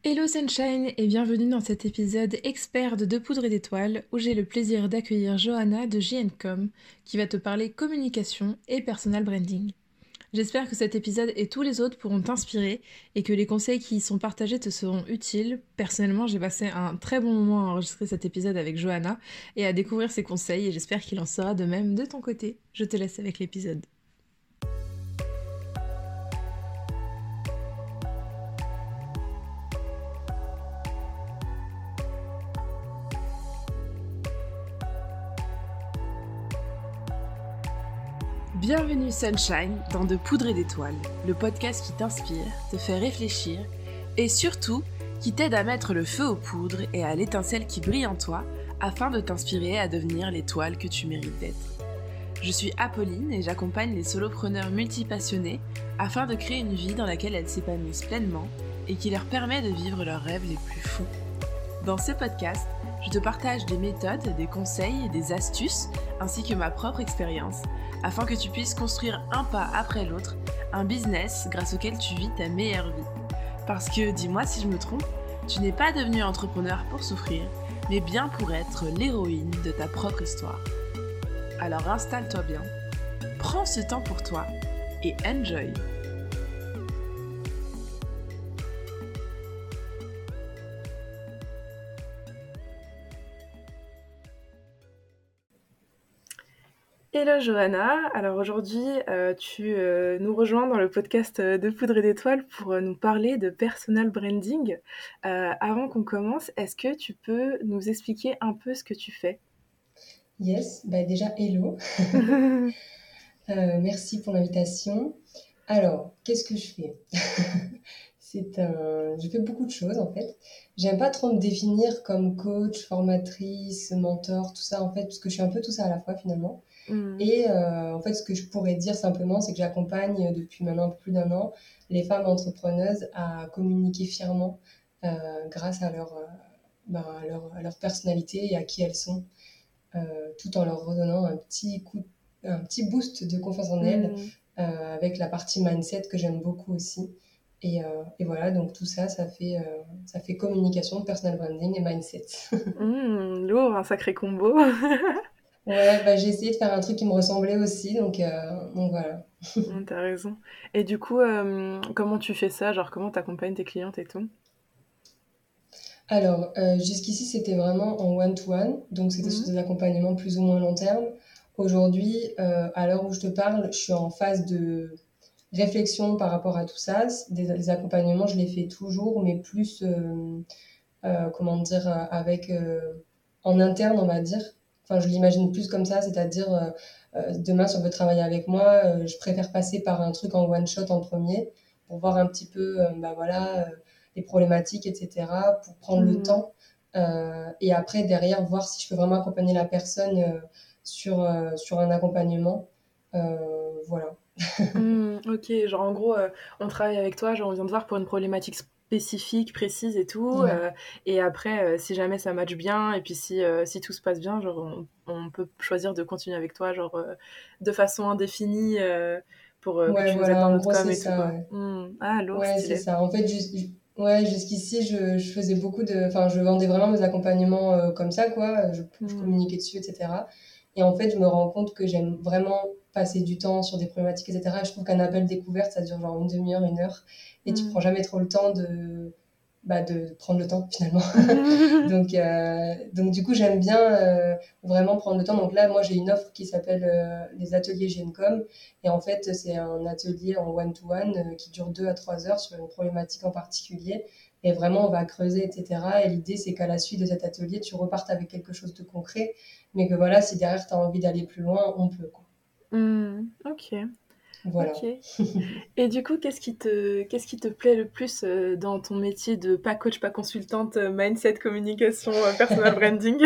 Hello Sunshine et bienvenue dans cet épisode expert de Poudre et d'étoiles où j'ai le plaisir d'accueillir Johanna de JNCom qui va te parler communication et personal branding. J'espère que cet épisode et tous les autres pourront t'inspirer et que les conseils qui y sont partagés te seront utiles. Personnellement, j'ai passé un très bon moment à enregistrer cet épisode avec Johanna et à découvrir ses conseils et j'espère qu'il en sera de même de ton côté. Je te laisse avec l'épisode. Bienvenue Sunshine dans De Poudre et d'étoiles, le podcast qui t'inspire, te fait réfléchir et surtout qui t'aide à mettre le feu aux poudres et à l'étincelle qui brille en toi afin de t'inspirer à devenir l'étoile que tu mérites d'être. Je suis Apolline et j'accompagne les solopreneurs multipassionnés afin de créer une vie dans laquelle elles s'épanouissent pleinement et qui leur permet de vivre leurs rêves les plus fous. Dans ce podcast, je te partage des méthodes, des conseils et des astuces ainsi que ma propre expérience afin que tu puisses construire un pas après l'autre, un business grâce auquel tu vis ta meilleure vie. Parce que, dis-moi si je me trompe, tu n'es pas devenu entrepreneur pour souffrir, mais bien pour être l'héroïne de ta propre histoire. Alors installe-toi bien, prends ce temps pour toi et enjoy! Hello Johanna, alors aujourd'hui tu nous rejoins dans le podcast de Poudre et d'étoiles pour nous parler de personal branding. Avant qu'on commence, est-ce que tu peux nous expliquer un peu ce que tu fais? Yes, déjà hello, merci pour l'invitation. Alors, qu'est-ce que je fais? Je fais beaucoup de choses en fait. J'aime pas trop me définir comme coach, formatrice, mentor, tout ça en fait, parce que je suis un peu tout ça à la fois finalement. Et en fait, ce que je pourrais dire simplement, c'est que j'accompagne depuis maintenant un peu plus d'un an les femmes entrepreneuses à communiquer fièrement grâce à à leur personnalité et à qui elles sont. Tout en leur redonnant un petit boost de confiance en elles, avec la partie mindset que j'aime beaucoup aussi. Et voilà, donc tout ça, ça fait communication, personal branding et mindset. Lourd, un sacré combo. Ouais, j'ai essayé de faire un truc qui me ressemblait aussi, donc voilà. T'as raison. Et du coup, comment tu fais ça? Genre comment t'accompagnes tes clientes et tout? Alors, jusqu'ici, c'était vraiment en one-to-one, donc c'était sur Mhm. des accompagnements plus ou moins long terme. Aujourd'hui, à l'heure où je te parle, je suis en phase de réflexion par rapport à tout ça. Des accompagnements, je les fais toujours, mais plus, comment dire, en interne, on va dire. Enfin, je l'imagine plus comme ça, c'est-à-dire, demain, si on veut travailler avec moi, je préfère passer par un truc en one shot en premier pour voir un petit peu, voilà, les problématiques, etc., pour prendre le Mhm. temps. Et après, derrière, voir si je peux vraiment accompagner la personne sur un accompagnement. Voilà. Ok, genre en gros, on travaille avec toi, genre on vient te voir pour une problématique spécifique, précise et tout, Ouais. et après, si jamais ça match bien, et puis si tout se passe bien, genre on peut choisir de continuer avec toi, genre de façon indéfinie, pour que Ouais, tu nous aides voilà, dans en notre gros, com c'est et tout, ça, quoi. ouais. Ah, lourd, Ouais, c'est stylé. ça. En fait, ouais, jusqu'ici, je faisais enfin, je vendais vraiment mes accompagnements comme ça, quoi. Je Hmm. communiquais dessus, etc. Et en fait, je me rends compte que j'aime vraiment passer du temps sur des problématiques, etc. Et je trouve qu'un appel découverte, ça dure genre une demi-heure, une heure. Et tu Hmm. prends jamais trop le temps de prendre le temps, finalement. Donc du coup, j'aime bien vraiment prendre le temps. Donc là, moi, j'ai une offre qui s'appelle les ateliers Gencom. Et en fait, c'est un atelier en one-to-one qui dure 2 à 3 heures sur une problématique en particulier. Et vraiment, on va creuser, etc. Et l'idée, c'est qu'à la suite de cet atelier, tu repartes avec quelque chose de concret. Mais que voilà, si derrière, tu as envie d'aller plus loin, on peut, quoi. Ok, Voilà. ok. Et du coup, qu'est-ce qui te plaît le plus dans ton métier de pas coach, pas consultante, mindset, communication, personal branding?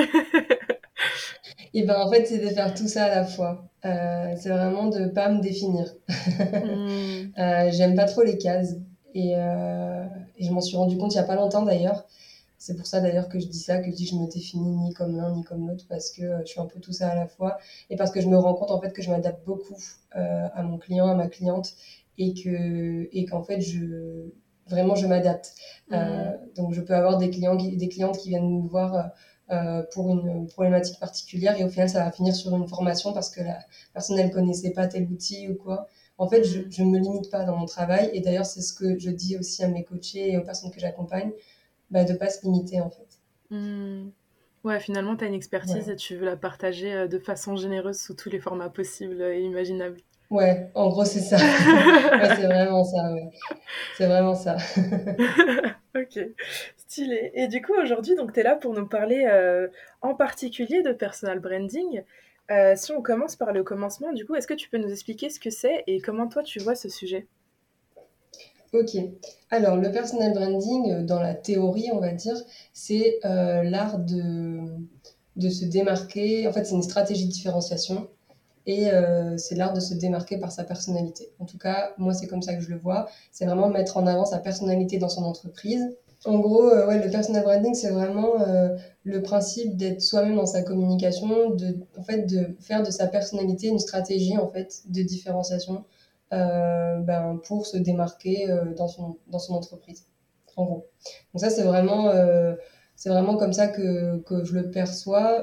Et ben en fait, c'est de faire tout ça à la fois. C'est vraiment de pas me définir. Hmm. J'aime pas trop les cases. Et, euh, et je m'en suis rendu compte il y a pas longtemps d'ailleurs. C'est pour ça d'ailleurs que je dis ça, que je dis que je me définis ni comme l'un ni comme l'autre, parce que je suis un peu tout ça à la fois. Et parce que je me rends compte en fait que je m'adapte beaucoup à mon client, à ma cliente, et qu'en fait vraiment je m'adapte. Donc je peux avoir des clientes qui viennent me voir pour une problématique particulière et au final ça va finir sur une formation parce que la personne elle connaissait pas tel outil ou quoi. En fait, je me limite pas dans mon travail et d'ailleurs c'est ce que je dis aussi à mes coachés et aux personnes que j'accompagne, de pas se limiter en fait. Ouais, finalement, tu as une expertise Voilà. et tu veux la partager de façon généreuse sous tous les formats possibles et imaginables. Ouais, en gros c'est ça. Ouais, c'est vraiment ça. Ouais. C'est vraiment ça. Ok, stylé. Et du coup, aujourd'hui, donc, tu es là pour nous parler en particulier de personal branding. Si on commence par le commencement, du coup, est-ce que tu peux nous expliquer ce que c'est et comment toi tu vois ce sujet? Ok. Alors, le personal branding, dans la théorie, on va dire, c'est l'art de se démarquer. En fait, c'est une stratégie de différenciation et c'est l'art de se démarquer par sa personnalité. En tout cas, moi, c'est comme ça que je le vois. C'est vraiment mettre en avant sa personnalité dans son entreprise. En gros, ouais, le personal branding, c'est vraiment le principe d'être soi-même dans sa communication, en fait, de faire de sa personnalité une stratégie en fait de différenciation pour se démarquer dans son entreprise. En gros. Donc ça, c'est vraiment comme ça que je le perçois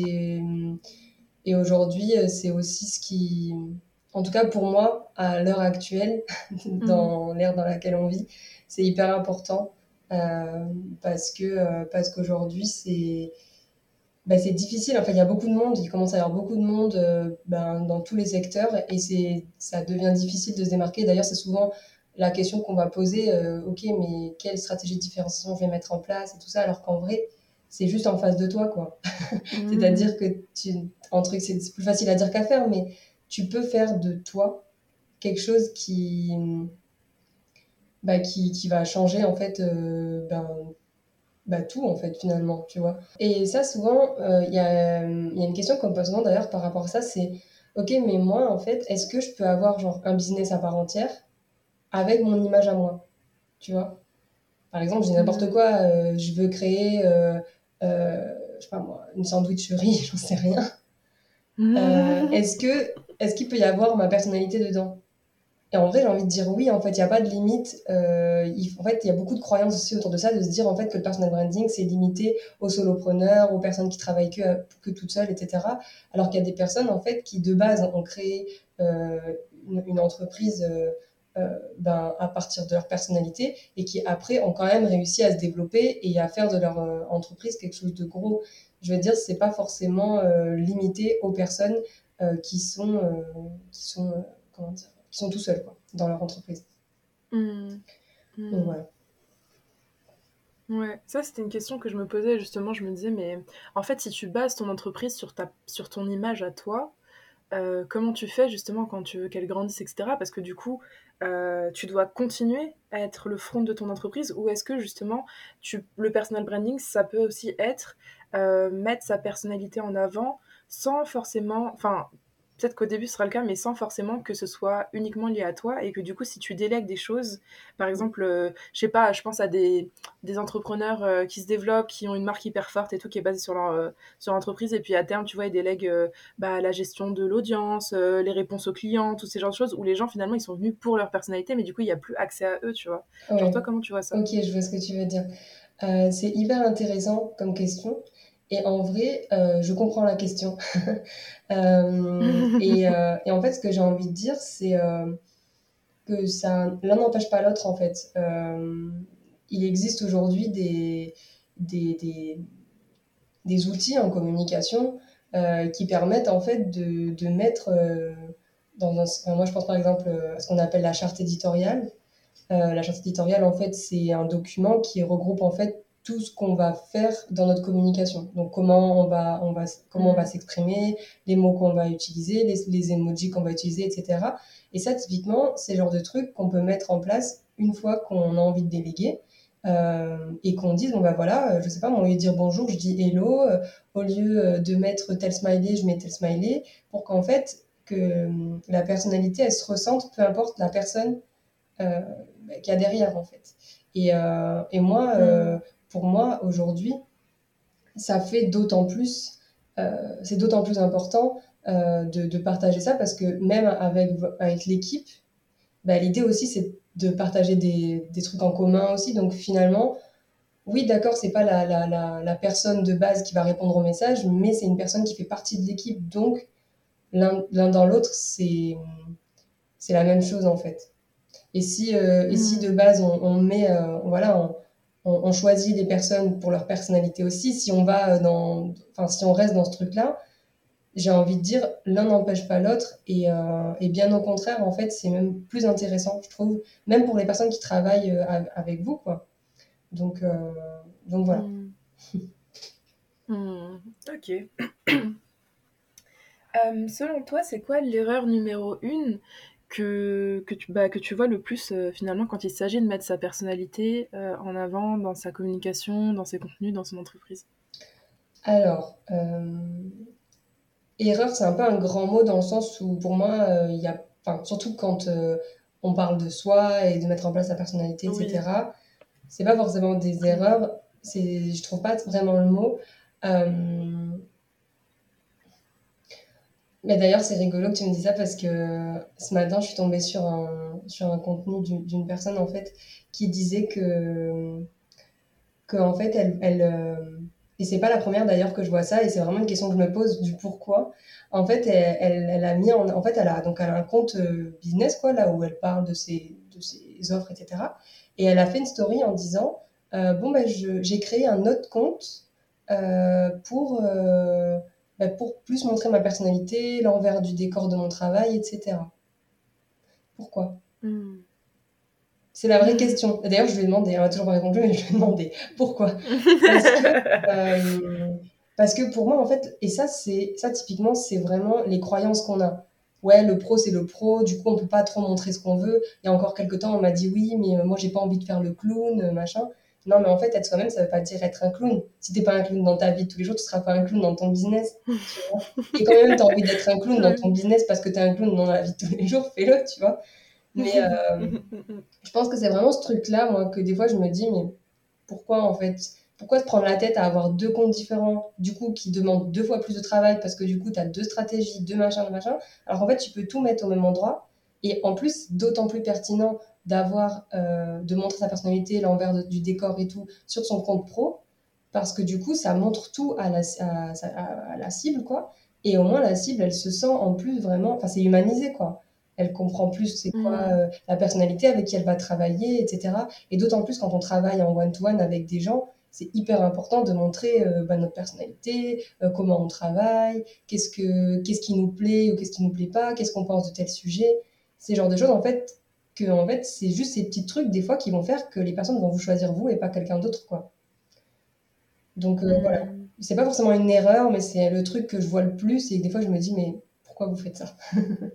et aujourd'hui, c'est aussi ce qui, en tout cas pour moi, à l'heure actuelle, dans l'ère dans laquelle on vit, c'est hyper important parce qu'aujourd'hui, c'est difficile. En fait, il y a beaucoup de monde, il commence à y avoir beaucoup de monde dans tous les secteurs et ça devient difficile de se démarquer. D'ailleurs, c'est souvent la question qu'on va poser, ok, mais quelle stratégie de différenciation je vais mettre en place et tout ça, alors qu'en vrai, c'est juste en face de toi, quoi. C'est-à-dire que c'est plus facile à dire qu'à faire, mais tu peux faire de toi quelque chose qui va changer en fait tout en fait finalement, tu vois. Et ça souvent, il y a une question qu'on me pose souvent d'ailleurs par rapport à ça, c'est ok, mais moi en fait, est-ce que je peux avoir genre un business à part entière avec mon image à moi, tu vois? Par exemple, j'ai n'importe quoi, je veux créer, je sais pas moi, une sandwicherie, j'en sais rien. Est-ce qu'il peut y avoir ma personnalité dedans? Et en vrai, j'ai envie de dire oui, en fait, il n'y a pas de limite. En fait, il y a beaucoup de croyances aussi autour de ça, de se dire en fait que le personal branding, c'est limité aux solopreneurs, aux personnes qui travaillent que toutes seules, etc. Alors qu'il y a des personnes, en fait, qui de base ont créé une entreprise à partir de leur personnalité et qui après ont quand même réussi à se développer et à faire de leur entreprise quelque chose de gros. Je veux dire, c'est pas forcément limité aux personnes qui sont comment dire, qui sont tout seuls quoi, dans leur entreprise. Donc voilà. Ouais, ça c'était une question que je me posais justement, je me disais, mais en fait, si tu bases ton entreprise sur ton image à toi, comment tu fais justement quand tu veux qu'elle grandisse, etc. Parce que du coup, tu dois continuer à être le front de ton entreprise ou est-ce que justement, le personal branding, ça peut aussi être mettre sa personnalité en avant sans forcément, enfin, peut-être qu'au début ce sera le cas, mais sans forcément que ce soit uniquement lié à toi et que du coup, si tu délègues des choses, par exemple, je sais pas, je pense à des entrepreneurs qui se développent, qui ont une marque hyper forte et tout, qui est basée sur l'entreprise et puis à terme, tu vois, ils délèguent la gestion de l'audience, les réponses aux clients, tous ces genres de choses où les gens finalement ils sont venus pour leur personnalité, mais du coup il n'y a plus accès à eux, tu vois. Genre Ouais. toi, comment tu vois ça? Ok, je vois ce que tu veux dire. C'est hyper intéressant comme question. Et en vrai, je comprends la question. Et en fait, ce que j'ai envie de dire, c'est que l'un n'empêche pas l'autre, en fait. Il existe aujourd'hui des, des, des outils en communication qui permettent, en fait, de mettre moi, je pense par exemple à ce qu'on appelle la charte éditoriale. La charte éditoriale, en fait, c'est un document qui regroupe en fait tout ce qu'on va faire dans notre communication. Donc, comment on va s'exprimer, les mots qu'on va utiliser, les emojis qu'on va utiliser, etc. Et ça, typiquement, c'est le genre de truc qu'on peut mettre en place une fois qu'on a envie de déléguer et qu'on dise, bon bah voilà, je sais pas, au lieu de dire bonjour, je dis hello, au lieu de mettre tel smiley, je mets tel smiley, pour qu'en fait, que la personnalité, elle se ressente, peu importe la personne euh, qu'il y a derrière en fait. Et moi, pour moi, aujourd'hui, ça fait d'autant plus, c'est d'autant plus important de partager ça parce que même avec l'équipe, l'idée aussi, c'est de partager des trucs en commun aussi. Donc finalement, oui, d'accord, c'est pas la personne de base qui va répondre au message, mais c'est une personne qui fait partie de l'équipe. Donc l'un dans l'autre, c'est la même chose en fait. Et si de base on met, voilà, on choisit les personnes pour leur personnalité aussi, si on va enfin si on reste dans ce truc-là, j'ai envie de dire, l'un n'empêche pas l'autre et bien au contraire, en fait, c'est même plus intéressant, je trouve, même pour les personnes qui travaillent avec vous, quoi. Donc, euh, donc voilà. Ok. Selon toi, c'est quoi l'erreur numéro 1 que tu vois le plus finalement quand il s'agit de mettre sa personnalité en avant dans sa communication, dans ses contenus, dans son entreprise? Alors, erreur, c'est un peu un grand mot dans le sens où pour moi, il y a, enfin, surtout quand on parle de soi et de mettre en place sa personnalité, Oui. etc., c'est pas forcément des erreurs, je trouve pas vraiment le mot. Euh, Mais d'ailleurs, c'est rigolo que tu me dis ça parce que ce matin, je suis tombée sur un contenu d'une personne en fait qui disait que en fait, et c'est pas la première d'ailleurs que je vois ça, et c'est vraiment une question que je me pose du pourquoi. En fait, elle a mis en fait, elle a un compte business quoi, là où elle parle de ses offres, etc. Et elle a fait une story en disant bon ben j'ai créé un autre compte pour plus montrer ma personnalité, l'envers du décor de mon travail, etc. Pourquoi? Mm. C'est la vraie question. Et d'ailleurs, je lui ai demandé, elle m'a toujours pas répondu, mais je lui ai demandé pourquoi. Parce que, euh, parce que pour moi, en fait, et ça typiquement, c'est vraiment les croyances qu'on a. Ouais, le pro, c'est le pro, du coup, on peut pas trop montrer ce qu'on veut. Il y a encore quelques temps, on m'a dit oui, mais moi, j'ai pas envie de faire le clown, machin. Non, mais en fait, être soi-même, ça veut pas dire être un clown. Si t'es pas un clown dans ta vie de tous les jours, tu seras pas un clown dans ton business, tu vois. Et quand même, t'as envie d'être un clown dans ton Ouais. business parce que t'es un clown dans la vie de tous les jours, fais-le, tu vois. Mais, je pense que c'est vraiment ce truc-là, moi, que des fois je me dis, mais pourquoi en fait? Pourquoi se prendre la tête à avoir deux comptes différents, du coup, qui demandent deux fois plus de travail parce que du coup, tu as deux stratégies, deux machins, alors qu'en fait, tu peux tout mettre au même endroit. Et en plus, d'autant plus pertinent de montrer sa personnalité, du décor et tout sur son compte pro, parce que du coup, ça montre tout à la cible, quoi. Et au moins, la cible, elle se sent en plus vraiment, enfin, c'est humanisé, quoi. Elle comprend plus c'est quoi Mm. la personnalité avec qui elle va travailler, etc. Et d'autant plus quand on travaille en one-to-one avec des gens, c'est hyper important de montrer notre personnalité, comment on travaille, qu'est-ce qui nous plaît ou qu'est-ce qui nous plaît pas, qu'est-ce qu'on pense de tel sujet. Ces genres de choses, en fait, c'est juste ces petits trucs, des fois, qui vont faire que les personnes vont vous choisir vous et pas quelqu'un d'autre, quoi. Donc, voilà. Mm. C'est pas forcément une erreur, mais c'est le truc que je vois le plus et des fois, je me dis, mais pourquoi vous faites ça?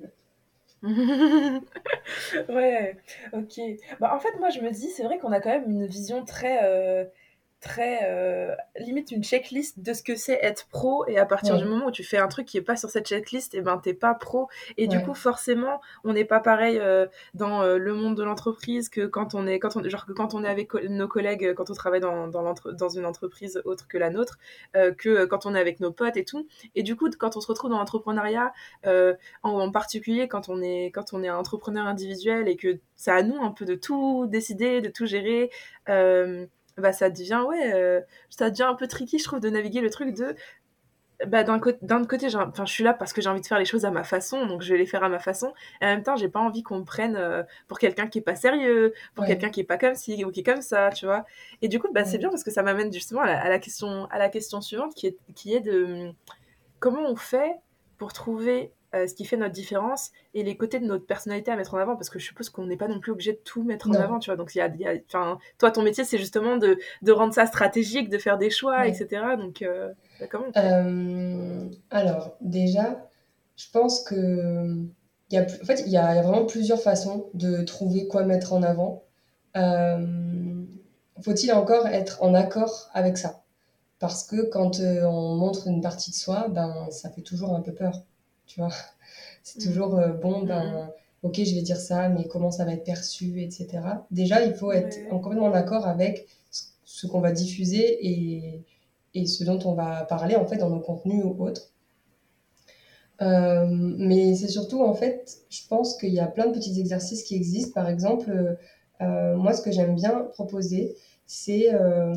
Ouais, ok. Bah, en fait, moi, je me dis, c'est vrai qu'on a quand même une vision très limite une checklist de ce que c'est être pro, et à partir du Ouais, moment où tu fais un truc qui est pas sur cette checklist, et ben t'es pas pro. Et du ouais, coup, forcément, on n'est pas pareil dans le monde de l'entreprise que quand on est avec nos collègues, quand on travaille dans une entreprise autre que la nôtre, que quand on est avec nos potes et tout. Et du coup, quand on se retrouve dans l'entrepreneuriat, en particulier quand on est un entrepreneur individuel et que c'est à nous un peu de tout décider, de tout gérer, bah ça devient un peu tricky, je trouve, de naviguer le truc de d'un autre côté, je suis là parce que j'ai envie de faire les choses à ma façon, donc je vais les faire à ma façon. Et en même temps, j'ai pas envie qu'on me prenne pour quelqu'un qui est pas sérieux, pour ouais, quelqu'un qui est pas comme ci ou qui est comme ça, tu vois. Et du coup, bah, c'est ouais. bien parce que ça m'amène justement à la question suivante qui est de comment on fait pour trouver ce qui fait notre différence et les côtés de notre personnalité à mettre en avant, parce que je suppose qu'on n'est pas non plus obligé de tout mettre en avant, Non, tu vois. Donc, enfin, toi, ton métier, c'est justement de rendre ça stratégique, de faire des choix, ouais. etc. Donc, bah, comment on fait? Alors, déjà, je pense que en fait, il y a vraiment plusieurs façons de trouver quoi mettre en avant. Euh, Faut-il encore être en accord avec ça? Parce que quand on montre une partie de soi, ben, ça fait toujours un peu peur, tu vois. C'est toujours Mm. bon, Mm, ben, ok, je vais dire ça, mais comment ça va être perçu, etc. Déjà, il faut être ouais. complètement en accord avec ce qu'on va diffuser et ce dont on va parler en fait dans nos contenus ou autres. Mais c'est surtout, en fait, je pense qu'il y a plein de petits exercices qui existent. Par exemple, moi, ce que j'aime bien proposer, c'est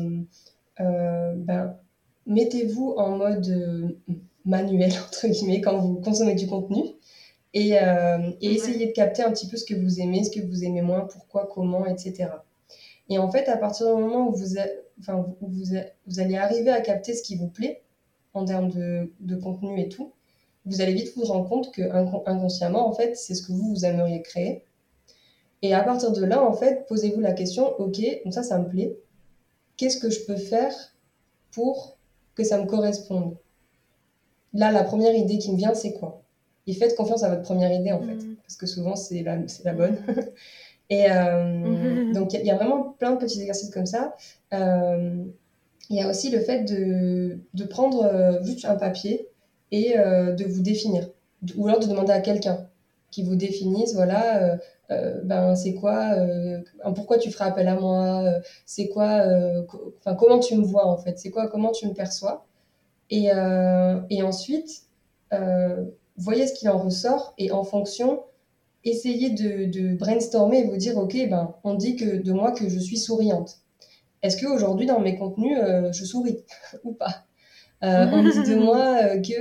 ben, mettez-vous en mode manuel, entre guillemets, quand vous consommez du contenu et essayez de capter un petit peu ce que vous aimez moins, pourquoi, comment, etc. Et en fait, à partir du moment où vous allez arriver à capter ce qui vous plaît en termes de contenu et tout, vous allez vite vous rendre compte que inconsciemment, en fait, c'est ce que vous aimeriez créer. Et à partir de là, en fait, posez-vous la question, ok, donc ça me plaît. Qu'est-ce que je peux faire pour que ça me corresponde? Là, la première idée qui me vient, c'est quoi? Et faites confiance à votre première idée, en fait, parce que souvent, c'est la bonne. Et donc, il y a vraiment plein de petits exercices comme ça. Il y a aussi le fait de prendre juste un papier et de vous définir. Ou alors de demander à quelqu'un qui vous définisse, voilà, ben, c'est quoi, pourquoi tu feras appel à moi, c'est quoi, comment tu me vois en fait, c'est quoi, comment tu me perçois. Et ensuite, euh, voyez ce qu'il en ressort et en fonction, essayez de brainstormer et vous dire, ok, ben, on dit que de moi que je suis souriante. Est-ce qu'aujourd'hui, dans mes contenus, je souris ou pas? On dit de moi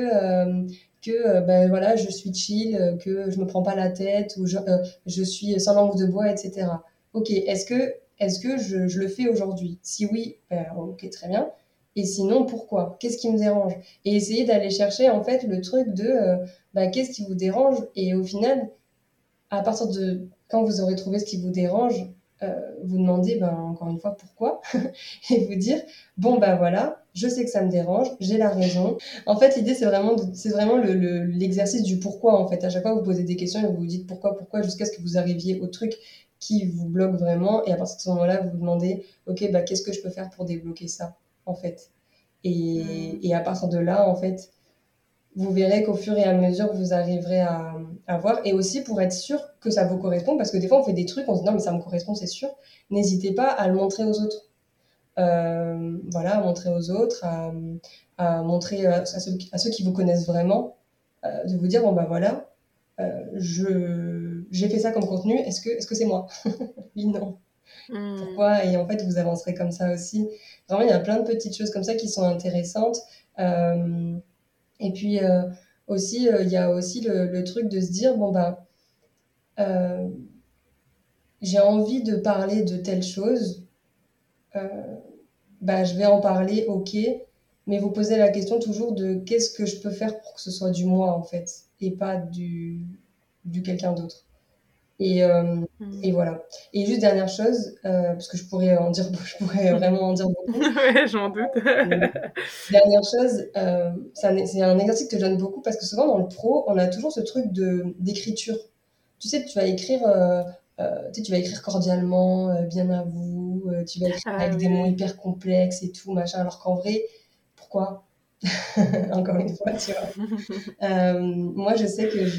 ben, voilà, je suis chill, que je me prends pas la tête, ou je suis sans langue de bois, etc. Ok, est-ce que je le fais aujourd'hui? Si oui, ben, ok, très bien. Et sinon, pourquoi? Qu'est-ce qui me dérange? Et essayer d'aller chercher en fait le truc de ben, qu'est-ce qui vous dérange? Et au final, à partir de quand vous aurez trouvé ce qui vous dérange, vous demandez ben, encore une fois pourquoi et vous dire bon ben voilà, je sais que ça me dérange, j'ai la raison. En fait, l'idée c'est vraiment l'exercice du pourquoi en fait. À chaque fois, vous posez des questions et vous vous dites pourquoi jusqu'à ce que vous arriviez au truc qui vous bloque vraiment et à partir de ce moment-là, vous vous demandez ok bah qu'est-ce que je peux faire pour débloquer ça en fait. Et à partir de là en fait vous verrez qu'au fur et à mesure, vous arriverez à voir. Et aussi pour être sûr que ça vous correspond, parce que des fois, on fait des trucs, on se dit non, mais ça me correspond, c'est sûr. N'hésitez pas à le montrer aux autres. Voilà, à montrer aux autres, à montrer à ceux qui vous connaissent vraiment, de vous dire bon, bah voilà, j'ai fait ça comme contenu, est-ce que c'est moi? Oui, non. Pourquoi? Et en fait, vous avancerez comme ça aussi. Vraiment, il y a plein de petites choses comme ça qui sont intéressantes. Euh, et puis aussi, il y a aussi le truc de se dire, bon, bah, euh, j'ai envie de parler de telle chose, euh, bah, je vais en parler, ok, mais vous posez la question toujours de qu'est-ce que je peux faire pour que ce soit du moi, en fait, et pas du quelqu'un d'autre. Et voilà. Et juste dernière chose, parce que je pourrais je pourrais vraiment en dire beaucoup. Ouais, je m'en doute. Dernière chose, c'est un exercice que je donne beaucoup parce que souvent dans le pro, on a toujours ce truc d'écriture. Tu sais, tu vas écrire cordialement, bien à vous, tu vas écrire Ah avec des mots oui. hyper complexes et tout, machin, alors qu'en vrai, pourquoi? Encore une fois, tu vois. Moi, je sais que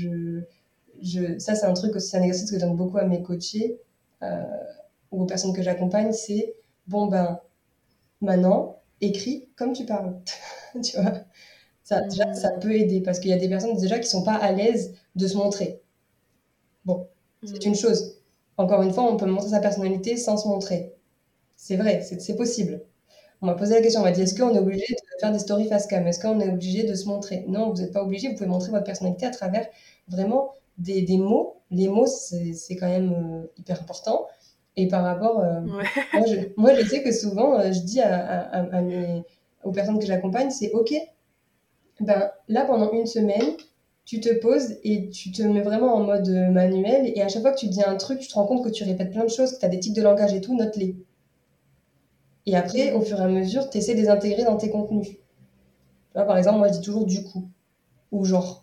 ça, c'est un truc aussi, c'est un exercice que je donne beaucoup à mes coachés euh, ou aux personnes que j'accompagne, c'est, bon, ben, maintenant, écris comme tu parles. Tu vois, déjà, ça peut aider parce qu'il y a des personnes déjà qui sont pas à l'aise de se montrer. Bon, c'est une chose. Encore une fois, on peut montrer sa personnalité sans se montrer. C'est vrai, c'est possible. On m'a posé la question, on m'a dit, est-ce qu'on est obligé de faire des stories face cam? Est-ce qu'on est obligé de se montrer? Non, vous n'êtes pas obligé, vous pouvez montrer votre personnalité à travers vraiment des mots. Les mots, c'est quand même hyper important. Et par rapport, Ouais. moi, je sais que souvent, je dis aux personnes que j'accompagne, c'est OK, ben, là, pendant une semaine, tu te poses et tu te mets vraiment en mode manuel. Et à chaque fois que tu dis un truc, tu te rends compte que tu répètes plein de choses, que tu as des tics de langage et tout, note-les. Et après, au fur et à mesure, tu essaies de les intégrer dans tes contenus. Tu vois, par exemple, moi, je dis toujours du coup ou genre.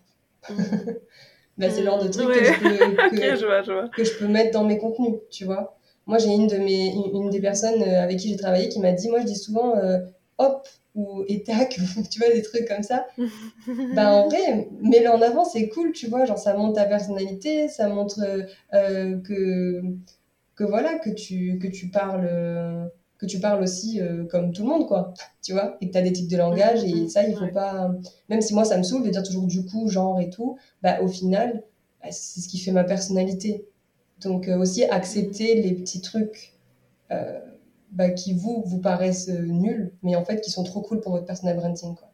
Ben, c'est le genre de truc Ouais. Ok, je vois. que je peux mettre dans mes contenus, tu vois. Moi, j'ai une des personnes avec qui j'ai travaillé qui m'a dit, moi, je dis souvent hop ou et tac, tu vois, des trucs comme ça. Ben, en vrai, mets-le en avant, c'est cool, tu vois. Genre, ça montre ta personnalité, ça montre que voilà, que tu parles. que tu parles aussi comme tout le monde, quoi, tu vois, et que tu as des tics de langage, et ça, il faut pas... Même si moi, ça me saoule de dire toujours du coup, genre et tout, bah, au final, bah, c'est ce qui fait ma personnalité. Donc aussi, accepter les petits trucs euh, bah, qui vous paraissent nuls, mais en fait, qui sont trop cool pour votre personal branding, quoi.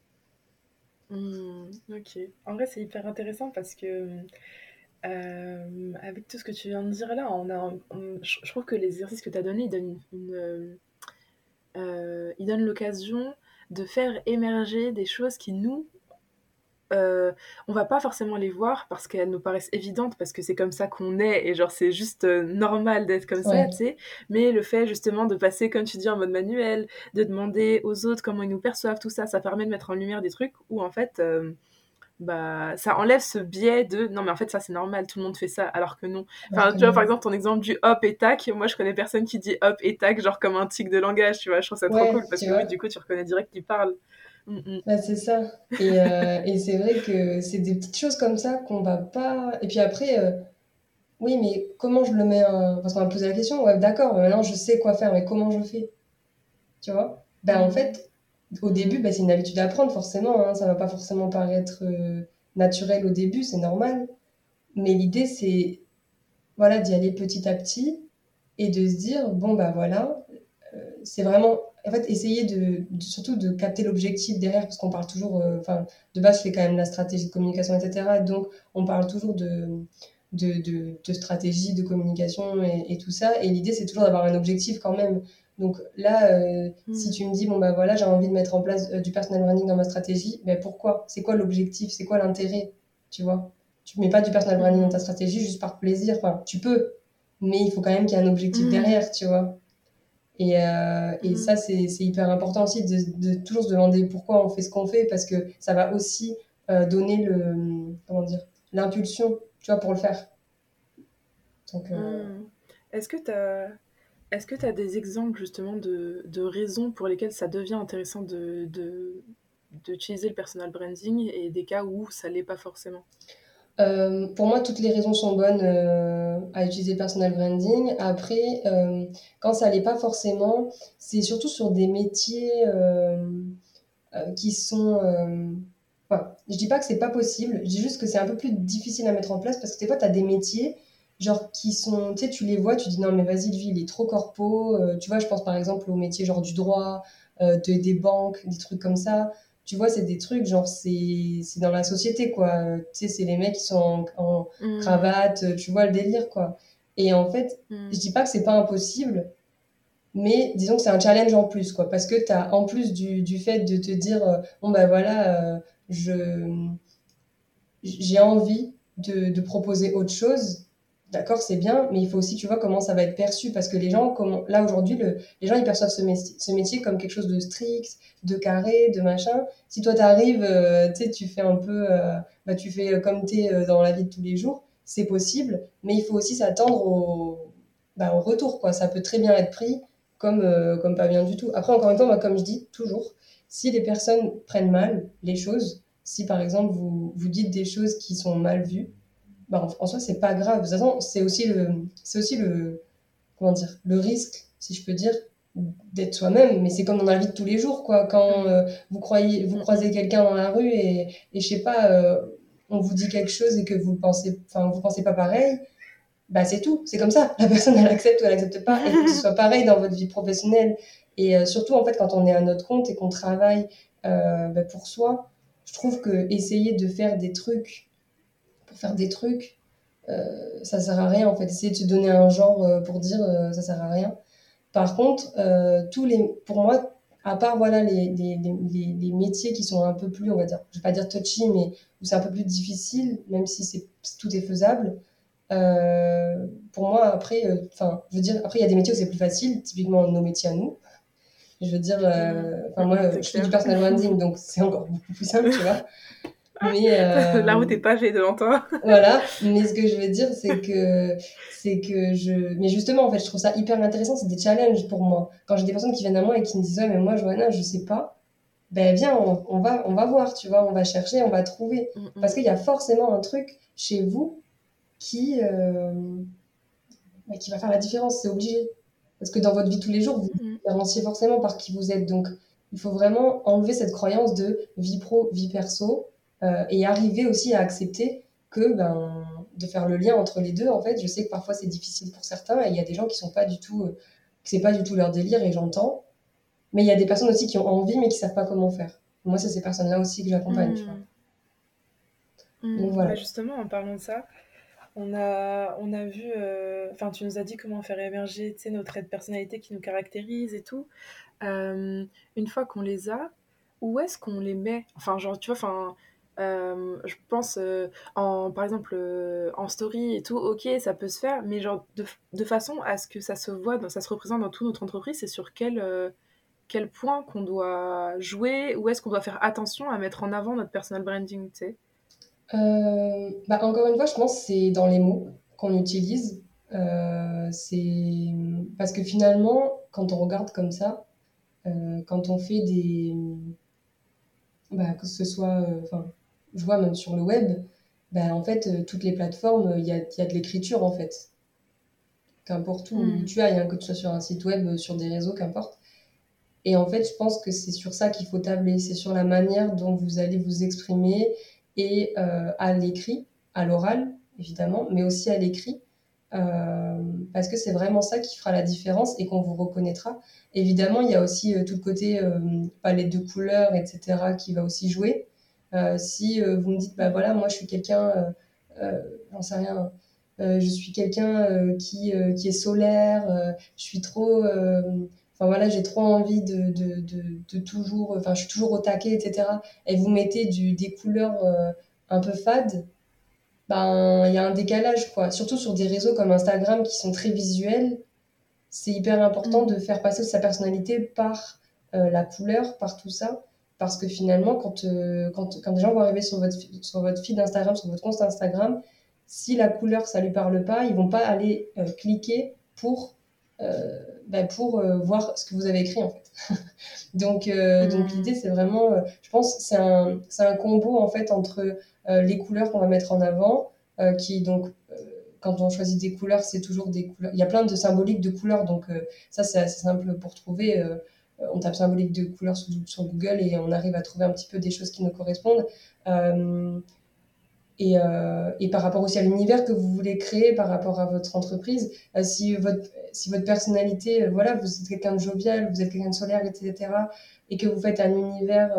Ok. En vrai, c'est hyper intéressant parce que avec tout ce que tu viens de dire là, je trouve que les exercices que tu as donnés, ils donnent l'occasion de faire émerger des choses qui euh, on va pas forcément les voir parce qu'elles nous paraissent évidentes, parce que c'est comme ça qu'on est, et genre c'est juste normal d'être comme ça, Ouais. tu sais. Mais le fait justement de passer, comme tu dis, en mode manuel, de demander aux autres comment ils nous perçoivent, tout ça, ça permet de mettre en lumière des trucs où en fait... bah, ça enlève ce biais de non mais en fait ça c'est normal, tout le monde fait ça, alors que non. Alors Enfin que tu vois par non. exemple ton exemple du hop et tac, moi je connais personne qui dit hop et tac genre comme un tic de langage, tu vois, je trouve ça trop Ouais, cool parce tu que oui vois. du coup tu reconnais direct qui parle. Mm, Bah, c'est ça. Et c'est vrai que c'est des petites choses comme ça qu'on va pas. Et puis après, oui, mais comment je le mets Parce qu'on va me poser la question, ouais, d'accord, mais maintenant je sais quoi faire, mais comment je fais? Tu vois? Ben, en mm, fait, au début, mm, ben, c'est une habitude à prendre, forcément, hein. Ça va pas forcément paraître naturel au début, c'est normal. Mais l'idée, c'est voilà, d'y aller petit à petit et de se dire, bon, bah voilà, c'est vraiment, en fait, essayer surtout de capter l'objectif derrière, parce qu'on parle toujours, enfin, de base, je fais quand même la stratégie de communication, etc. Donc, on parle toujours de stratégie de communication et tout ça. Et l'idée, c'est toujours d'avoir un objectif quand même. Donc là, si mm, tu me dis, bon, bah voilà, j'ai envie de mettre en place du personal branding dans ma stratégie, ben pourquoi? C'est quoi l'objectif? C'est quoi l'intérêt? Tu vois? Tu mets pas du personal branding dans ta mm, stratégie juste par plaisir. Enfin, tu peux, mais il faut quand même qu'il y ait un objectif mm, derrière, tu vois? Et ça, mm, c'est hyper important aussi de toujours se demander pourquoi on fait ce qu'on fait, parce que ça va aussi donner comment dire, l'impulsion, tu vois, pour le faire. Donc, mm. Est-ce que t'as des exemples justement de raisons pour lesquelles ça devient intéressant d'utiliser le personal branding et des cas où ça l'est pas forcément? pour moi, toutes les raisons sont bonnes à utiliser le personal branding. Après, quand ça l'est pas forcément, c'est surtout sur des métiers qui sont... Enfin, je dis pas que c'est pas possible, je dis juste que c'est un peu plus difficile à mettre en place parce que des fois, tu as des métiers genre qui sont... Tu sais, tu les vois, tu dis non mais vas-y, lui, il est trop corpo. Tu vois, je pense par exemple aux métiers genre du droit, des banques, des trucs comme ça. Tu vois, c'est des trucs, genre, c'est dans la société, quoi. Tu sais, c'est les mecs qui sont en Mm, cravate, tu vois le délire, quoi. Et en fait, je mm, dis pas que c'est pas impossible, mais disons que c'est un challenge en plus, quoi. Parce que tu as, en plus du fait de te dire, bon, ben voilà, je, j'ai envie de proposer autre chose, d'accord, c'est bien, mais il faut aussi, tu vois, comment ça va être perçu. Parce que les gens, là, aujourd'hui, les gens, ils perçoivent ce métier comme quelque chose de strict, de carré, de machin. Si toi, t'arrives, tu sais, tu fais un peu, bah, tu fais comme t'es dans la vie de tous les jours, c'est possible, mais il faut aussi s'attendre au retour, quoi. Ça peut très bien être pris comme pas bien du tout. Après, encore une fois, moi, comme je dis toujours, si les personnes prennent mal les choses, si par exemple vous dites des choses qui sont mal vues, bah, en soi, c'est pas grave. De toute façon, c'est aussi le, comment dire, le risque, si je peux dire, d'être soi-même. Mais c'est comme dans la vie de tous les jours, quoi. Quand mm, vous mm, croisez mm. quelqu'un dans la rue et je sais pas, on vous dit quelque chose et que vous pensez pas pareil, bah c'est tout. C'est comme ça. La personne, elle accepte ou elle accepte pas. Et il faut que ce soit pareil dans votre vie professionnelle. Et surtout, en fait, quand on est à notre compte et qu'on travaille bah, pour soi, je trouve que essayer de faire des trucs pour faire des trucs, ça sert à rien en fait. Essayer de se donner un genre pour dire ça sert à rien. Par contre, pour moi, à part voilà les métiers qui sont un peu plus, on va dire, je vais pas dire touchy, mais où c'est un peu plus difficile, même si tout est faisable. Pour moi, après, enfin, je veux dire, après il y a des métiers où c'est plus facile, typiquement nos métiers à nous. Je veux dire, Mm, enfin mm, moi, c'est je fais du clair. personal branding, donc c'est encore beaucoup plus simple, tu vois. Mais La route est pavée devant toi. voilà, mais ce que je veux dire, mais justement, en fait, je trouve ça hyper intéressant, c'est des challenges pour moi. Quand j'ai des personnes qui viennent à moi et qui me disent, ouais, mais moi, Johanna, je sais pas, ben viens, on va voir, tu vois, on va chercher, on va trouver. Mm, Parce mm. qu'il y a forcément un truc chez vous qui, qui va faire la différence, c'est obligé. Parce que dans votre vie de tous les jours, vous vous différenciez forcément par qui vous êtes. Donc, il faut vraiment enlever cette croyance de vie pro, vie perso, et arriver aussi à accepter que, de faire le lien entre les deux. En fait, je sais que parfois c'est difficile pour certains, et il y a des gens qui sont pas du tout, que c'est pas du tout leur délire, et j'entends. Mais il y a des personnes aussi qui ont envie, mais qui savent pas comment faire. Moi, c'est ces personnes-là aussi que j'accompagne, tu vois. Donc voilà. Bah justement, en parlant de ça, on a vu, enfin, tu nous as dit comment faire émerger, tu sais, nos traits de personnalité qui nous caractérisent et tout. Une fois qu'on les a, où est-ce qu'on les met? Enfin, genre, tu vois, enfin, je pense, par exemple, en story et tout, ok, ça peut se faire, mais genre, de façon à ce que ça se voit, ça se représente dans toute notre entreprise, c'est sur quel point qu'on doit jouer, où est-ce qu'on doit faire attention à mettre en avant notre personal branding, tu sais? Encore une fois, je pense que c'est dans les mots qu'on utilise. C'est parce que finalement, quand on regarde comme ça, quand on fait que ce soit, enfin, je vois même sur le web, en fait, toutes les plateformes, il y a de l'écriture en fait. Qu'importe où tu ailles, hein, que tu sois sur un site web, sur des réseaux, qu'importe. Et en fait, je pense que c'est sur ça qu'il faut tabler, c'est sur la manière dont vous allez vous exprimer et à l'écrit, à l'oral évidemment, mais aussi à l'écrit, parce que c'est vraiment ça qui fera la différence et qu'on vous reconnaîtra. Évidemment, il y a aussi tout le côté palette de couleurs, etc., qui va aussi jouer. Si vous me dites, bah voilà, moi je suis quelqu'un, j'en sais rien, je suis quelqu'un qui est solaire, je suis trop. Enfin voilà, j'ai trop envie de toujours, enfin je suis toujours au taquet, etc. Et vous mettez des couleurs un peu fades, il y a un décalage, quoi. Surtout sur des réseaux comme Instagram qui sont très visuels, c'est hyper important de faire passer sa personnalité par la couleur, par tout ça. Parce que finalement, quand des gens vont arriver sur votre feed Instagram, sur votre compte Instagram, si la couleur, ça lui parle pas, ils vont pas aller cliquer pour voir ce que vous avez écrit, en fait. Donc l'idée, c'est vraiment, je pense, c'est un combo, en fait, entre les couleurs qu'on va mettre en avant, qui, donc, quand on choisit des couleurs, c'est toujours des couleurs. Il y a plein de symboliques de couleurs, donc ça, c'est assez simple pour trouver. On tape symbolique de couleurs sur Google et on arrive à trouver un petit peu des choses qui nous correspondent. Euh, et par rapport aussi à l'univers que vous voulez créer, par rapport à votre entreprise, si votre personnalité, voilà, vous êtes quelqu'un de jovial, vous êtes quelqu'un de solaire, etc., et que vous faites un univers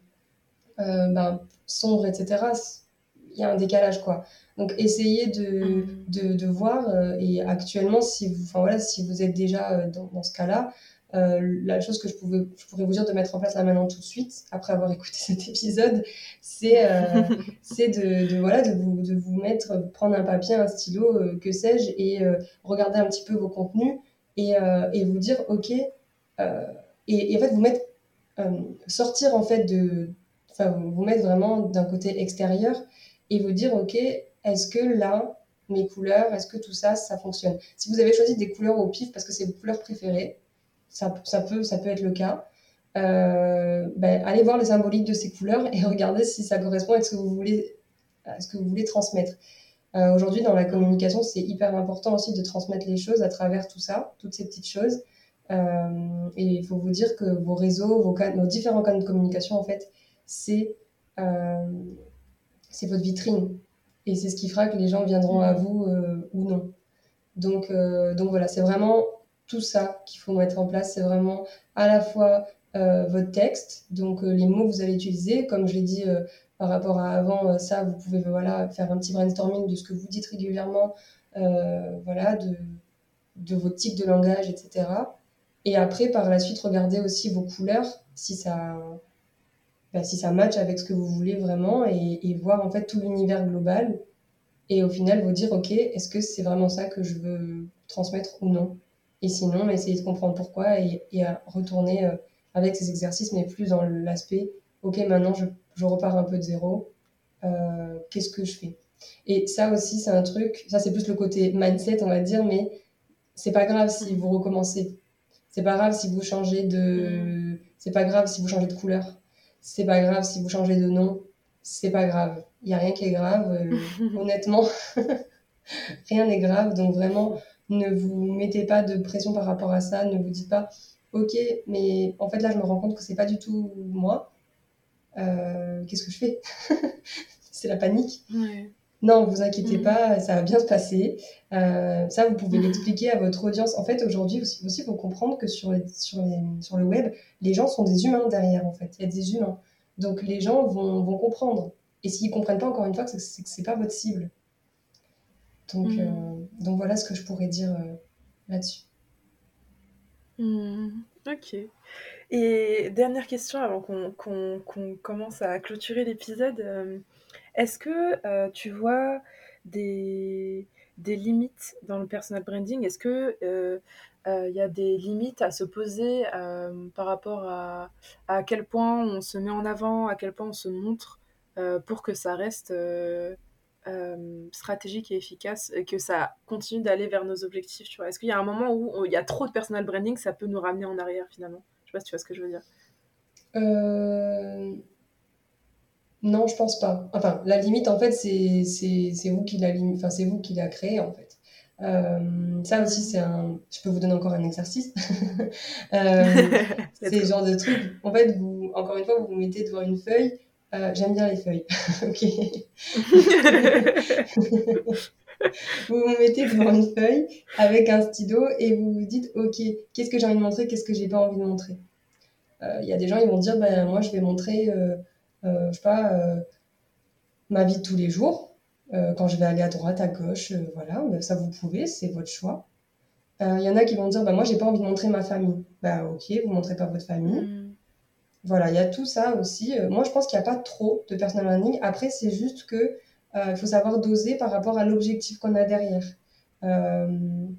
sombre, etc., il y a un décalage, quoi. Donc, essayez de voir, et actuellement, enfin, voilà, si vous êtes déjà dans ce cas-là, la chose que je pourrais vous dire de mettre en place là maintenant tout de suite, après avoir écouté cet épisode, c'est voilà, de vous mettre, prendre un papier, un stylo, que sais-je, et regarder un petit peu vos contenus et vous dire, ok, et en fait, sortir en fait enfin, vous mettre vraiment d'un côté extérieur et vous dire, ok, est-ce que là, mes couleurs, est-ce que tout ça, ça fonctionne? Si vous avez choisi des couleurs au pif parce que c'est vos couleurs préférées, ça peut être le cas. Allez voir les symboliques de ces couleurs et regardez si ça correspond à ce que vous voulez transmettre. Aujourd'hui, dans la communication, c'est hyper important aussi de transmettre les choses à travers tout ça, toutes ces petites choses. Et il faut vous dire que vos réseaux, nos différents canaux de communication, en fait, c'est euh, votre vitrine. Et c'est ce qui fera que les gens viendront à vous ou non. Donc voilà, c'est vraiment tout ça qu'il faut mettre en place. C'est vraiment à la fois votre texte, donc les mots que vous allez utiliser. Comme je l'ai dit par rapport à avant, ça, vous pouvez voilà, faire un petit brainstorming de ce que vous dites régulièrement, voilà, de votre type de langage, etc. Et après, par la suite, regardez aussi vos couleurs, si ça match avec ce que vous voulez vraiment, et voir en fait tout l'univers global. Et au final, vous dire, ok, est-ce que c'est vraiment ça que je veux transmettre ou non? Et sinon, essayer de comprendre pourquoi et à retourner avec ces exercices, mais plus dans l'aspect, ok, maintenant je repars un peu de zéro, qu'est-ce que je fais? Et ça aussi, c'est un truc, ça c'est plus le côté mindset, on va dire, mais c'est pas grave si vous recommencez. C'est pas grave si vous changez C'est pas grave si vous changez de couleur. C'est pas grave si vous changez de nom. C'est pas grave. Il y a rien qui est grave. Honnêtement, rien n'est grave. Donc vraiment, Ne vous mettez pas de pression par rapport à ça. Ne vous dites pas, ok, mais en fait là, je me rends compte que c'est pas du tout moi. Qu'est-ce que je fais? C'est la panique. Ouais. Non, vous inquiétez pas, ça va bien se passer. Ça, vous pouvez l'expliquer à votre audience. En fait, aujourd'hui aussi, faut comprendre que sur le web, les gens sont des humains derrière, en fait. Il y a des humains. Donc, les gens vont comprendre. Et s'ils comprennent pas, encore une fois, que c'est pas votre cible. Donc voilà ce que je pourrais dire là-dessus. Ok. Et dernière question avant qu'on commence à clôturer l'épisode. Est-ce que tu vois des limites dans le personal branding? Est-ce que y a des limites à se poser par rapport à quel point on se met en avant, à quel point on se montre pour que ça reste stratégique et efficace et que ça continue d'aller vers nos objectifs, tu vois? Est-ce qu'il y a un moment où il y a trop de personal branding, ça peut nous ramener en arrière finalement? Je sais pas si tu vois ce que je veux dire. Non, je pense pas. Enfin, la limite, en fait, c'est vous qui la enfin, c'est vous qui la créez, en fait. Ça aussi, je peux vous donner encore un exercice. C'est le genre de truc. En fait, encore une fois, vous vous mettez devant une feuille. J'aime bien les feuilles. Ok. Vous vous mettez devant une feuille avec un stylo et vous vous dites, ok, qu'est-ce que j'ai envie de montrer, qu'est-ce que j'ai pas envie de montrer. Il y a des gens, ils vont dire, ben moi, je vais montrer, je sais pas. Ma vie de tous les jours, quand je vais aller à droite, à gauche, voilà, ben, ça vous pouvez, c'est votre choix. Il y en a qui vont dire, bah, moi j'ai pas envie de montrer ma famille. Bah ok, vous montrez pas votre famille. Voilà, il y a tout ça aussi. Moi je pense qu'il n'y a pas trop de personal branding. Après, c'est juste que il faut savoir doser par rapport à l'objectif qu'on a derrière. Euh,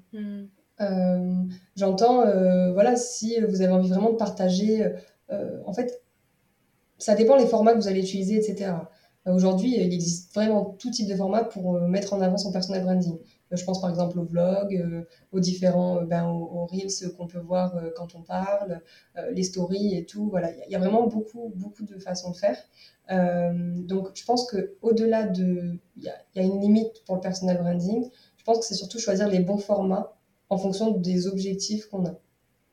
J'entends, voilà, si vous avez envie vraiment de partager, en fait, ça dépend les formats que vous allez utiliser, etc. Aujourd'hui, il existe vraiment tout type de format pour mettre en avant son personal branding. Je pense par exemple au vlog, aux différents, aux reels qu'on peut voir quand on parle, les stories et tout. Voilà, il y a vraiment beaucoup, beaucoup de façons de faire. Donc, je pense que au-delà il y a une limite pour le personal branding. Je pense que c'est surtout choisir les bons formats en fonction des objectifs qu'on a.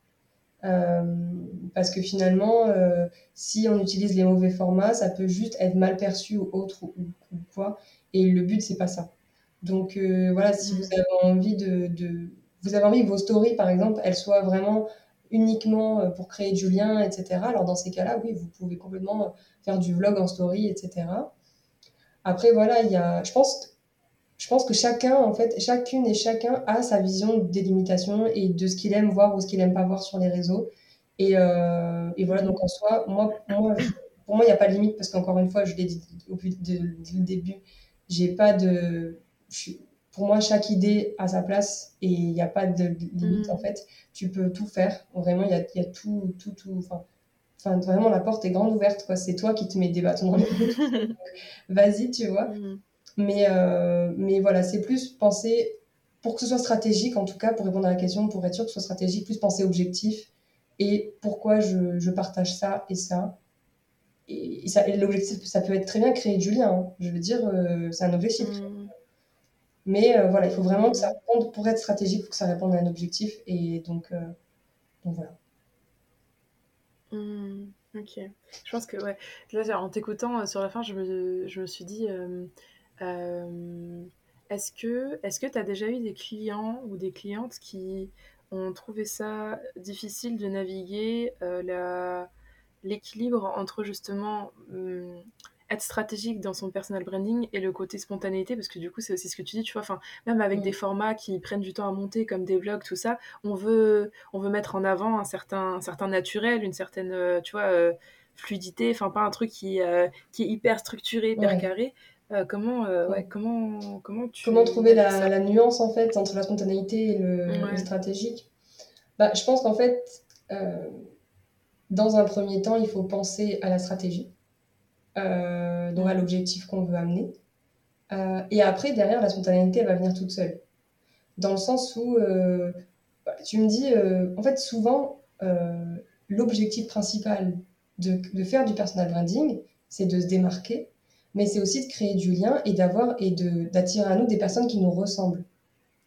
Parce que finalement, si on utilise les mauvais formats, ça peut juste être mal perçu ou autre ou quoi. Et le but, c'est pas ça. Donc voilà, si vous avez envie vous avez envie que vos stories, par exemple, elles soient vraiment uniquement pour créer du lien, etc. Alors dans ces cas-là, oui, vous pouvez complètement faire du vlog en story, etc. Après, voilà, je pense que chacun, en fait, chacune et chacun a sa vision des limitations et de ce qu'il aime voir ou ce qu'il aime pas voir sur les réseaux. Et voilà, donc en soi, pour moi, il n'y a pas de limite parce qu'encore une fois, je l'ai dit dès le début, j'ai pas de. Pour moi, chaque idée a sa place et il n'y a pas de limite en fait. Tu peux tout faire. Vraiment, il y a tout, tout, tout. Enfin, vraiment, la porte est grande ouverte, quoi. C'est toi qui te mets des bâtons dans les roues. Vas-y, tu vois. Mais voilà, c'est plus penser, pour que ce soit stratégique, en tout cas, pour répondre à la question, pour être sûr que ce soit stratégique, plus penser objectif et pourquoi je partage ça et ça. Et l'objectif, ça peut être très bien créer du lien, hein. Je veux dire, c'est un objectif. Mais voilà, il faut vraiment que ça réponde, pour être stratégique, il faut que ça réponde à un objectif. Et donc voilà. Ok. Je pense que, ouais. Là, en t'écoutant sur la fin, je me suis dit, est-ce que tu as déjà eu des clients ou des clientes qui ont trouvé ça difficile de naviguer l'équilibre entre justement être stratégique dans son personal branding et le côté spontanéité, parce que du coup c'est aussi ce que tu dis, tu vois, enfin même avec des formats qui prennent du temps à monter comme des vlogs, tout ça, on veut mettre en avant un certain naturel, une certaine tu vois fluidité, enfin pas un truc qui est hyper structuré, hyper carré. Comment Comment tu trouver navigues ça? la nuance en fait entre la spontanéité et le stratégique? Bah, je pense qu'en fait, dans un premier temps, il faut penser à la stratégie, donc à l'objectif qu'on veut amener. Et après, derrière, la spontanéité, elle va venir toute seule. Dans le sens où, tu me dis, en fait, souvent, l'objectif principal de faire du personal branding, c'est de se démarquer, mais c'est aussi de créer du lien et d'attirer à nous des personnes qui nous ressemblent.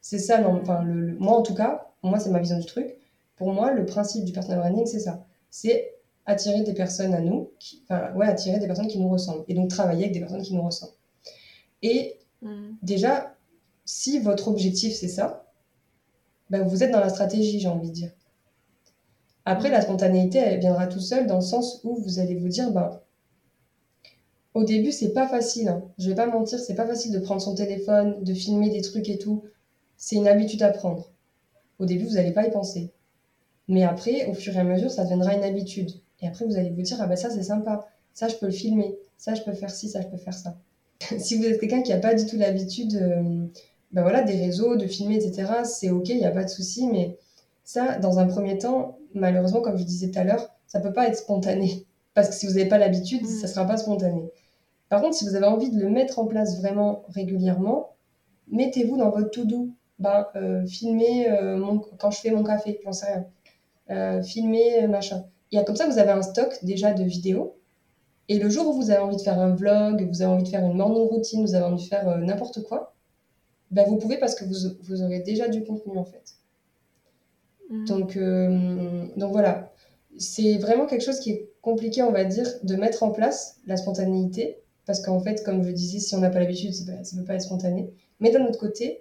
C'est ça, non, enfin, moi en tout cas, moi c'est ma vision du truc. Pour moi, le principe du personal branding, c'est ça. C'est attirer des personnes à nous, attirer des personnes qui nous ressemblent. Et donc travailler avec des personnes qui nous ressemblent. Et déjà, si votre objectif c'est ça, ben, vous êtes dans la stratégie, j'ai envie de dire. Après, la spontanéité, elle viendra tout seul dans le sens où vous allez vous dire, ben, au début, c'est pas facile. Hein. Je vais pas mentir, c'est pas facile de prendre son téléphone, de filmer des trucs et tout. C'est une habitude à prendre. Au début, vous n'allez pas y penser. Mais après, au fur et à mesure, ça deviendra une habitude. Et après, vous allez vous dire, ah ben ça, c'est sympa. Ça, je peux le filmer. Ça, je peux faire ci, ça, je peux faire ça. Si vous êtes quelqu'un qui n'a pas du tout l'habitude ben voilà, des réseaux, de filmer, etc., c'est OK, il n'y a pas de souci. Mais ça, dans un premier temps, malheureusement, comme je disais tout à l'heure, ça ne peut pas être spontané. Parce que si vous n'avez pas l'habitude, ça ne sera pas spontané. Par contre, si vous avez envie de le mettre en place vraiment régulièrement, mettez-vous dans votre to-do. Filmer quand je fais mon café, j'en sais rien. Filmer machin. Et comme ça, vous avez un stock déjà de vidéos. Et le jour où vous avez envie de faire un vlog, vous avez envie de faire une morning routine, vous avez envie de faire n'importe quoi, ben vous pouvez parce que vous aurez déjà du contenu en fait. Donc voilà. C'est vraiment quelque chose qui est compliqué, on va dire, de mettre en place la spontanéité. Parce qu'en fait, comme je disais, si on n'a pas l'habitude, ça ne peut pas être spontané. Mais d'un autre côté,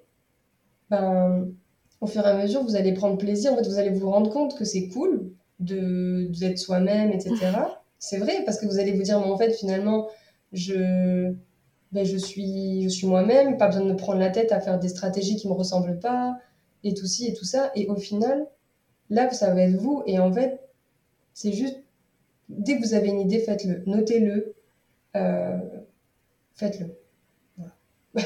au fur et à mesure, vous allez prendre plaisir. En fait, vous allez vous rendre compte que c'est cool d'être soi-même, etc. C'est vrai, parce que vous allez vous dire, mais en fait, finalement, je suis moi-même, pas besoin de me prendre la tête à faire des stratégies qui ne me ressemblent pas, et tout ci et tout ça. Et au final, là, ça va être vous. Et en fait, c'est juste, dès que vous avez une idée, faites-le. Notez-le. Faites-le. Voilà.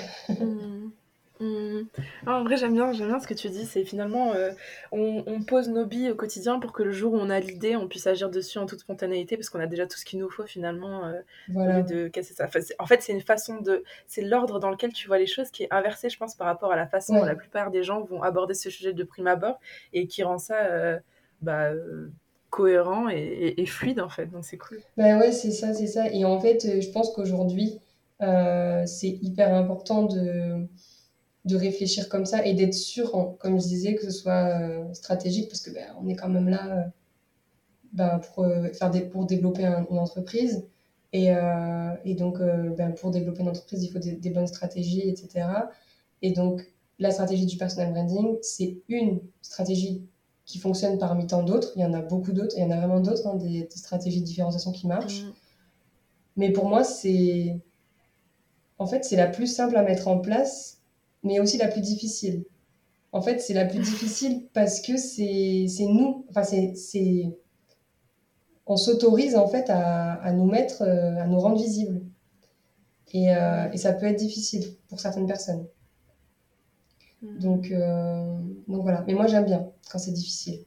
En vrai, j'aime bien ce que tu dis. C'est finalement, on pose nos billes au quotidien pour que le jour où on a l'idée, on puisse agir dessus en toute spontanéité, parce qu'on a déjà tout ce qu'il nous faut finalement, Voilà. au lieu de casser ça. Enfin, en fait, c'est une façon c'est l'ordre dans lequel tu vois les choses qui est inversé, je pense, par rapport à la façon dont la plupart des gens vont aborder ce sujet de prime abord, et qui rend ça cohérent et fluide en fait. Donc c'est cool. Ben ouais, c'est ça. Et en fait, je pense qu'aujourd'hui, c'est hyper important de réfléchir comme ça et d'être sûr, comme je disais, que ce soit stratégique, parce que on est quand même là pour développer une entreprise. Et donc, pour développer une entreprise, il faut des bonnes stratégies, etc. Et donc, la stratégie du personal branding, c'est une stratégie qui fonctionne parmi tant d'autres. Il y en a beaucoup d'autres, il y en a vraiment d'autres, des stratégies de différenciation qui marchent. Mais pour moi, c'est la plus simple à mettre en place, mais aussi la plus difficile. En fait, c'est la plus difficile parce que c'est nous, on s'autorise en fait à nous mettre, à nous rendre visibles. Et ça peut être difficile pour certaines personnes. Donc voilà. Mais moi, j'aime bien quand c'est difficile.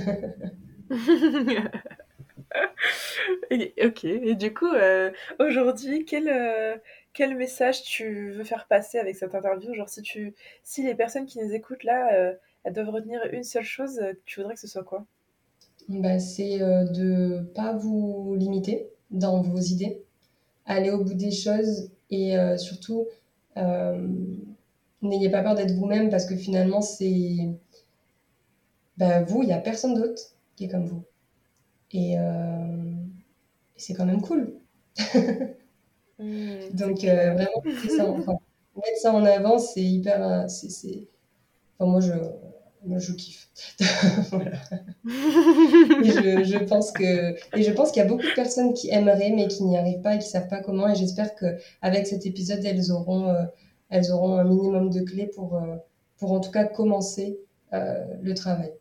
Ok. Et du coup, aujourd'hui, quel message tu veux faire passer avec cette interview? Genre, si les personnes qui nous écoutent là, elles doivent retenir une seule chose, tu voudrais que ce soit quoi? C'est de pas vous limiter dans vos idées, aller au bout des choses et surtout n'ayez pas peur d'être vous-même parce que finalement c'est vous, il n'y a personne d'autre qui est comme vous et c'est quand même cool. Donc vraiment mettre ça en avant, c'est hyper moi je kiffe. Voilà. Et je pense qu'il y a beaucoup de personnes qui aimeraient mais qui n'y arrivent pas et qui savent pas comment. Et j'espère que avec cet épisode, elles auront un minimum de clés pour en tout cas commencer le travail.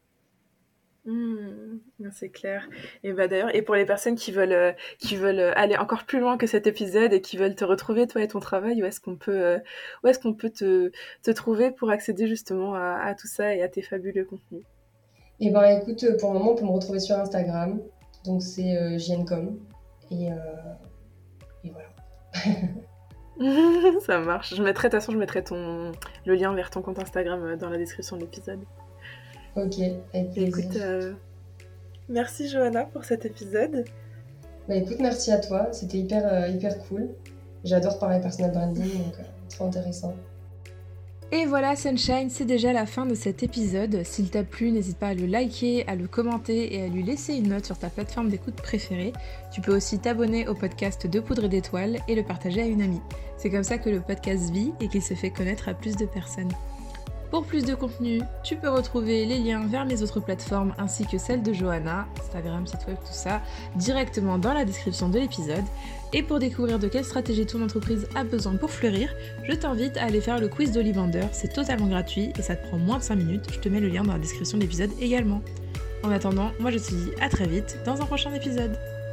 C'est clair. Et d'ailleurs, et pour les personnes qui veulent aller encore plus loin que cet épisode et qui veulent te retrouver toi et ton travail, où est-ce qu'on peut te trouver pour accéder justement à tout ça et à tes fabuleux contenus? Et écoute, pour le moment, on peut me retrouver sur Instagram, donc c'est JNCom et voilà. Ça marche. De toute façon, je mettrai le lien vers ton compte Instagram dans la description de l'épisode. Ok, avec plaisir. Écoute, merci Johanna pour cet épisode. Écoute, merci à toi, c'était hyper cool. J'adore parler personal branding, donc trop intéressant. Et voilà Sunshine, c'est déjà la fin de cet épisode. S'il t'a plu, n'hésite pas à le liker, à le commenter et à lui laisser une note sur ta plateforme d'écoute préférée. Tu peux aussi t'abonner au podcast de Poudre et d'Étoiles et le partager à une amie. C'est comme ça que le podcast vit et qu'il se fait connaître à plus de personnes. Pour plus de contenu, tu peux retrouver les liens vers mes autres plateformes ainsi que celle de Johanna, Instagram, site web, tout ça, directement dans la description de l'épisode. Et pour découvrir de quelle stratégie ton entreprise a besoin pour fleurir, je t'invite à aller faire le quiz d'Ollivander, c'est totalement gratuit et ça te prend moins de 5 minutes, je te mets le lien dans la description de l'épisode également. En attendant, moi je te dis à très vite dans un prochain épisode.